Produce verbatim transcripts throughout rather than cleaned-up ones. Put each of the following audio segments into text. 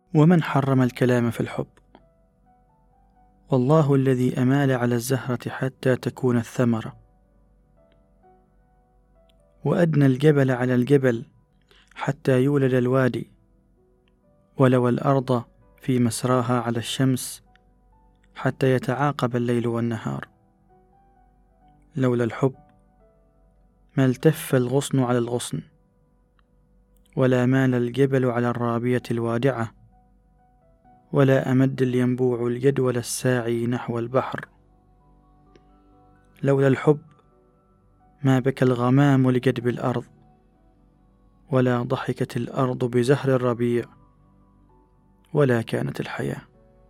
ومن حرم الكلام في الحب؟ والله الذي أمال على الزهرة حتى تكون الثمرة، وأدنى الجبل على الجبل حتى يولد الوادي، ولوى الأرض في مسراها على الشمس حتى يتعاقب الليل والنهار. لولا الحب ما التف الغصن على الغصن، ولا مال الجبل على الرابية الوادعة، ولا أمد الينبوع الجدول الساعي نحو البحر. لولا الحب ما بكى الغمام لجدب الأرض، ولا ضحكت الأرض بزهر الربيع، ولا كانت الحياة.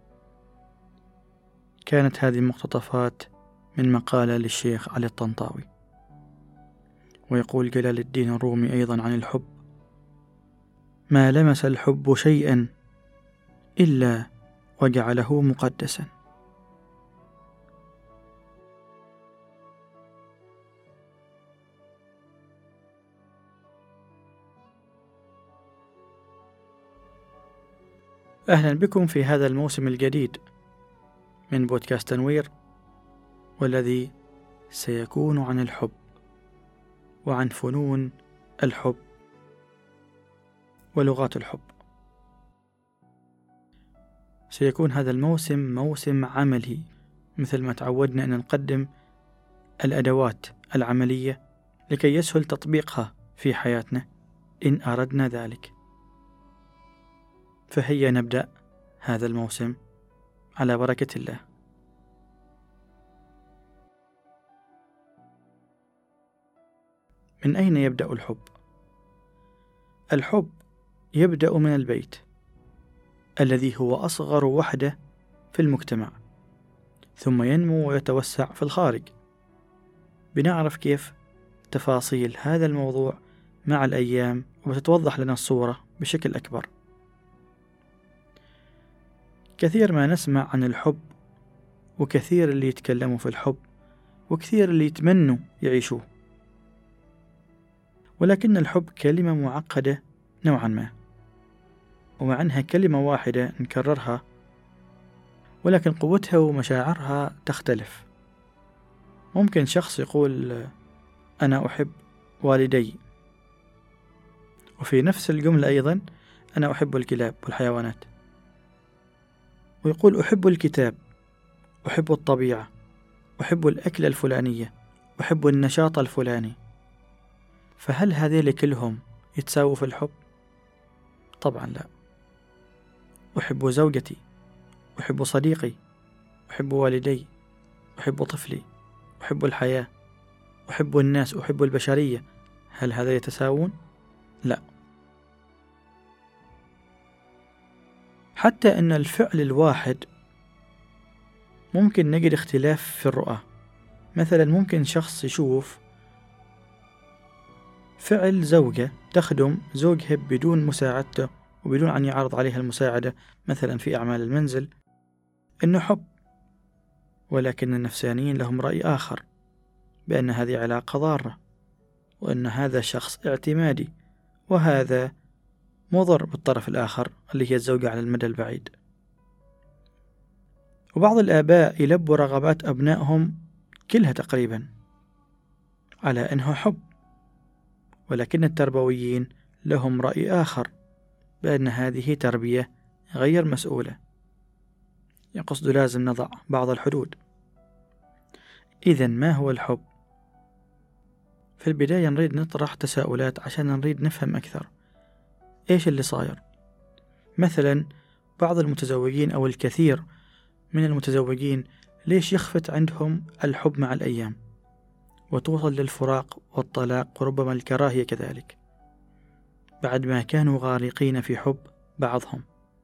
كانت هذه مقتطفات من مقالة للشيخ علي الطنطاوي. ويقول جلال الدين الرومي أيضا عن الحب: ما لمس الحب شيئا إلا وجعله مقدسا. أهلا بكم في هذا الموسم الجديد من بودكاست تنوير، والذي سيكون عن الحب وعن فنون الحب ولغات الحب. سيكون هذا الموسم موسم عملي، مثل ما تعودنا أن نقدم الأدوات العملية لكي يسهل تطبيقها في حياتنا إن أردنا ذلك. فهيا نبدأ هذا الموسم على بركة الله. من أين يبدأ الحب؟ الحب يبدأ من البيت الذي هو أصغر وحدة في المجتمع، ثم ينمو ويتوسع في الخارج. بنعرف كيف تفاصيل هذا الموضوع مع الأيام، وتتوضح لنا الصورة بشكل أكبر. كثير ما نسمع عن الحب، وكثير اللي يتكلموا في الحب، وكثير اللي يتمنوا يعيشوه، ولكن الحب كلمة معقدة نوعا ما، ومع أنها كلمة واحدة نكررها، ولكن قوتها ومشاعرها تختلف. ممكن شخص يقول أنا أحب والدي، وفي نفس الجملة أيضا أنا أحب الكلاب والحيوانات، ويقول أحب الكتاب، أحب الطبيعة، أحب الأكل الفلانية، أحب النشاط الفلاني. فهل هذيل كلهم يتساووا في الحب؟ طبعا لا. أحب زوجتي، أحب صديقي، أحب والدي، أحب طفلي، أحب الحياة، أحب الناس، أحب البشرية. هل هذا يتساوون؟ لا. حتى أن الفعل الواحد ممكن نجد اختلاف في الرؤى. مثلا ممكن شخص يشوف فعل زوجة تخدم زوجها بدون مساعدته وبدون أن يعرض عليها المساعدة، مثلا في أعمال المنزل، إنه حب. ولكن النفسانيين لهم رأي آخر، بأن هذه علاقة ضارة، وأن هذا شخص اعتمادي، وهذا مضر بالطرف الآخر اللي هي الزوجة على المدى البعيد. وبعض الآباء يلبوا رغبات أبنائهم كلها تقريبا على أنه حب، ولكن التربويين لهم رأي آخر، بأن هذه تربية غير مسؤولة. يقصد لازم نضع بعض الحدود. إذن ما هو الحب؟ في البداية نريد نطرح تساؤلات عشان نريد نفهم أكثر إيش اللي صاير. مثلا بعض المتزوجين أو الكثير من المتزوجين ليش يخفت عندهم الحب مع الأيام، وتوصل للفراق والطلاق وربما الكراهية كذلك، بعد ما كانوا غارقين في حب بعضهم.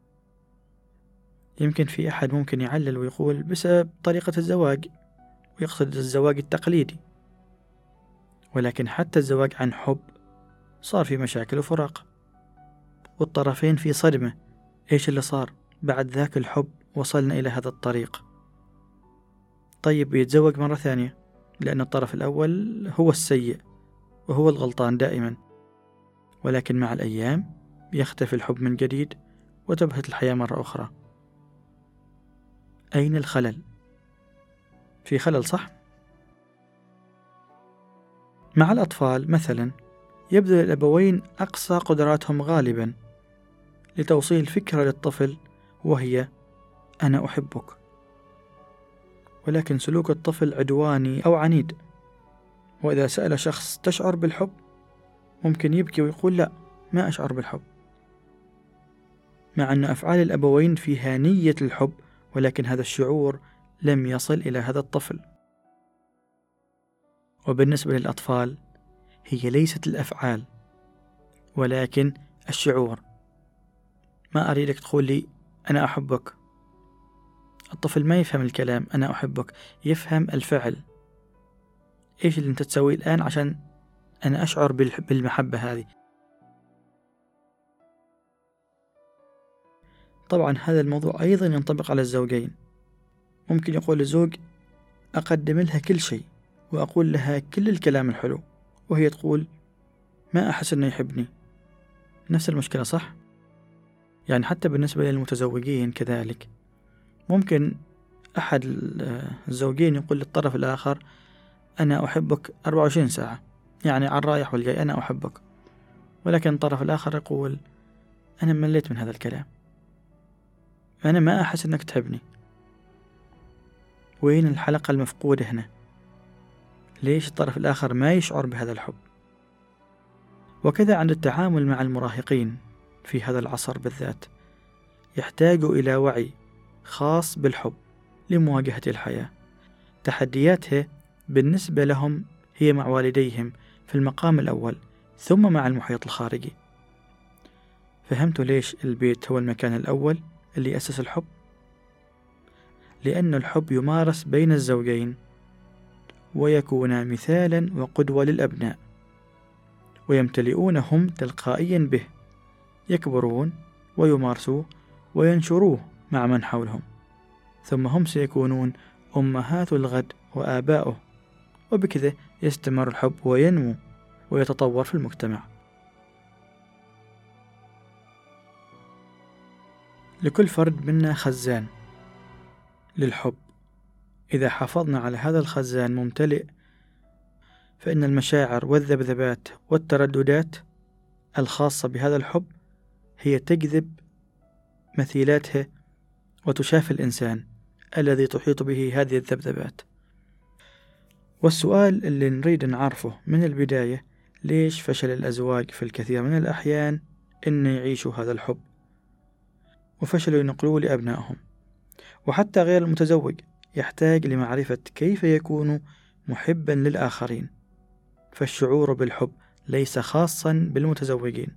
يمكن في أحد ممكن يعلل ويقول بسبب طريقة الزواج، ويقصد الزواج التقليدي. ولكن حتى الزواج عن حب صار في مشاكل وفراق، والطرفين في صدمة. إيش اللي صار؟ بعد ذاك الحب وصلنا إلى هذا الطريق. طيب يتزوج مرة ثانية، لأن الطرف الأول هو السيء وهو الغلطان دائما، ولكن مع الأيام يختفي الحب من جديد، وتبهت الحياة مرة أخرى. أين الخلل؟ في خلل صح؟ مع الأطفال مثلا يبذل الأبوين أقصى قدراتهم غالبا لتوصيل فكرة للطفل، وهي أنا أحبك، ولكن سلوك الطفل عدواني أو عنيد. وإذا سأل شخص تشعر بالحب، ممكن يبكي ويقول لا، ما أشعر بالحب، مع أن أفعال الأبوين فيها نية الحب، ولكن هذا الشعور لم يصل إلى هذا الطفل. وبالنسبة للأطفال هي ليست الأفعال ولكن الشعور. ما أريدك تقول لي أنا أحبك، الطفل ما يفهم الكلام أنا أحبك، يفهم الفعل. إيش اللي أنت تسويه الآن عشان أنا أشعر بالمحبة هذه؟ طبعا هذا الموضوع أيضا ينطبق على الزوجين. ممكن يقول الزوج أقدم لها كل شيء وأقول لها كل الكلام الحلو، وهي تقول ما أحس أنه يحبني. نفس المشكلة صح؟ يعني حتى بالنسبة للمتزوجين كذلك، ممكن أحد الزوجين يقول للطرف الآخر أنا أحبك أربعة وعشرين ساعة، يعني على الرايح والجاي أنا أحبك، ولكن الطرف الآخر يقول أنا مليت من هذا الكلام، أنا ما أحس أنك تحبني. وين الحلقة المفقودة هنا؟ ليش الطرف الآخر ما يشعر بهذا الحب؟ وكذا عند التعامل مع المراهقين في هذا العصر بالذات، يحتاجوا إلى وعي خاص بالحب لمواجهة الحياة. تحدياتها بالنسبة لهم هي مع والديهم في المقام الأول، ثم مع المحيط الخارجي. فهمتوا ليش البيت هو المكان الأول اللي يأسس الحب؟ لأن الحب يمارس بين الزوجين ويكون مثالا وقدوة للأبناء، ويمتلئونهم تلقائيا به، يكبرون ويمارسوه وينشروه مع من حولهم، ثم هم سيكونون أمهات الغد وآباؤه، وبكذا يستمر الحب وينمو ويتطور في المجتمع. لكل فرد منا خزان للحب، إذا حافظنا على هذا الخزان ممتلئ، فإن المشاعر والذبذبات والترددات الخاصة بهذا الحب هي تجذب مثيلاتها وتشافي الإنسان الذي تحيط به هذه الذبذبات. والسؤال اللي نريد نعرفه من البداية، ليش فشل الأزواج في الكثير من الأحيان إن يعيشوا هذا الحب وفشلوا ينقلوه لأبنائهم؟ وحتى غير المتزوج يحتاج لمعرفة كيف يكون محبا للآخرين، فالشعور بالحب ليس خاصا بالمتزوجين.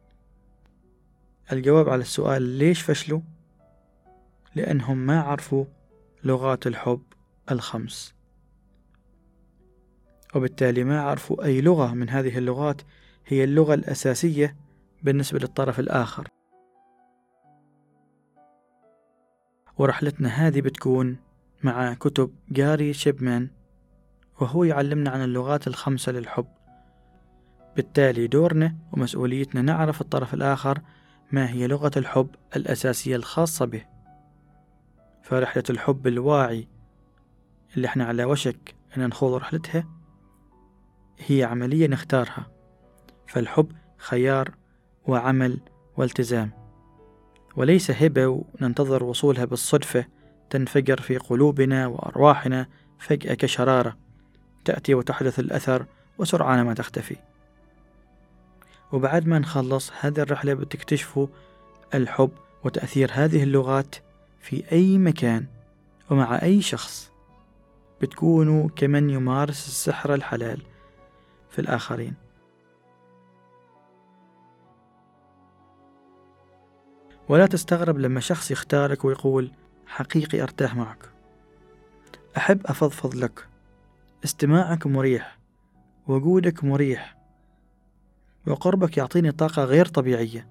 الجواب على السؤال ليش فشلوا؟ لأنهم ما عرفوا لغات الحب الخمس، وبالتالي ما عرفوا أي لغة من هذه اللغات هي اللغة الأساسية بالنسبة للطرف الآخر. ورحلتنا هذه بتكون مع كتب جاري شيبمان، وهو يعلمنا عن اللغات الخمسة للحب. بالتالي دورنا ومسؤوليتنا نعرف الطرف الآخر ما هي لغة الحب الأساسية الخاصة به. فرحلة الحب الواعي اللي احنا على وشك أن نخوض رحلتها هي عملية نختارها، فالحب خيار وعمل والتزام، وليس هبة وننتظر وصولها بالصدفة تنفجر في قلوبنا وأرواحنا فجأة كشرارة تأتي وتحدث الأثر وسرعان ما تختفي. وبعد ما نخلص هذه الرحلة بتكتشفوا الحب وتأثير هذه اللغات في أي مكان ومع أي شخص، بتكونوا كمن يمارس السحر الحلال في الآخرين. ولا تستغرب لما شخص يختارك ويقول حقيقي أرتاح معك، أحب أفضفض لك، استماعك مريح، وجودك مريح، وقربك يعطيني طاقة غير طبيعية.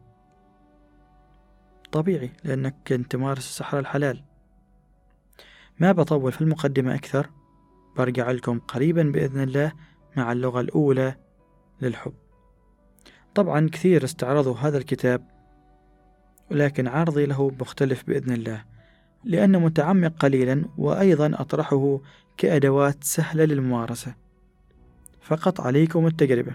طبيعي لأنك كنت تمارس السحر الحلال. ما بطول في المقدمة أكثر، برجع لكم قريبا بإذن الله مع اللغة الأولى للحب. طبعا كثير استعرضوا هذا الكتاب ولكن عرضي له مختلف بإذن الله، لأنه متعمق قليلا، وأيضا أطرحه كأدوات سهلة للممارسة. فقط عليكم التجربة،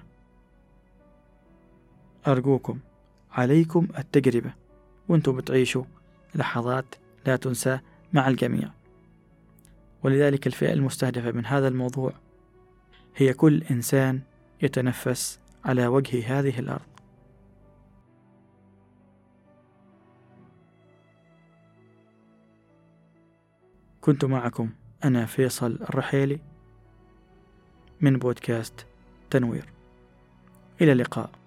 أرجوكم عليكم التجربة، وانتم بتعيشوا لحظات لا تنسى مع الجميع. ولذلك الفئة المستهدفة من هذا الموضوع هي كل إنسان يتنفس على وجه هذه الأرض. كنت معكم أنا فيصل الرحيلي من بودكاست تنوير. إلى اللقاء.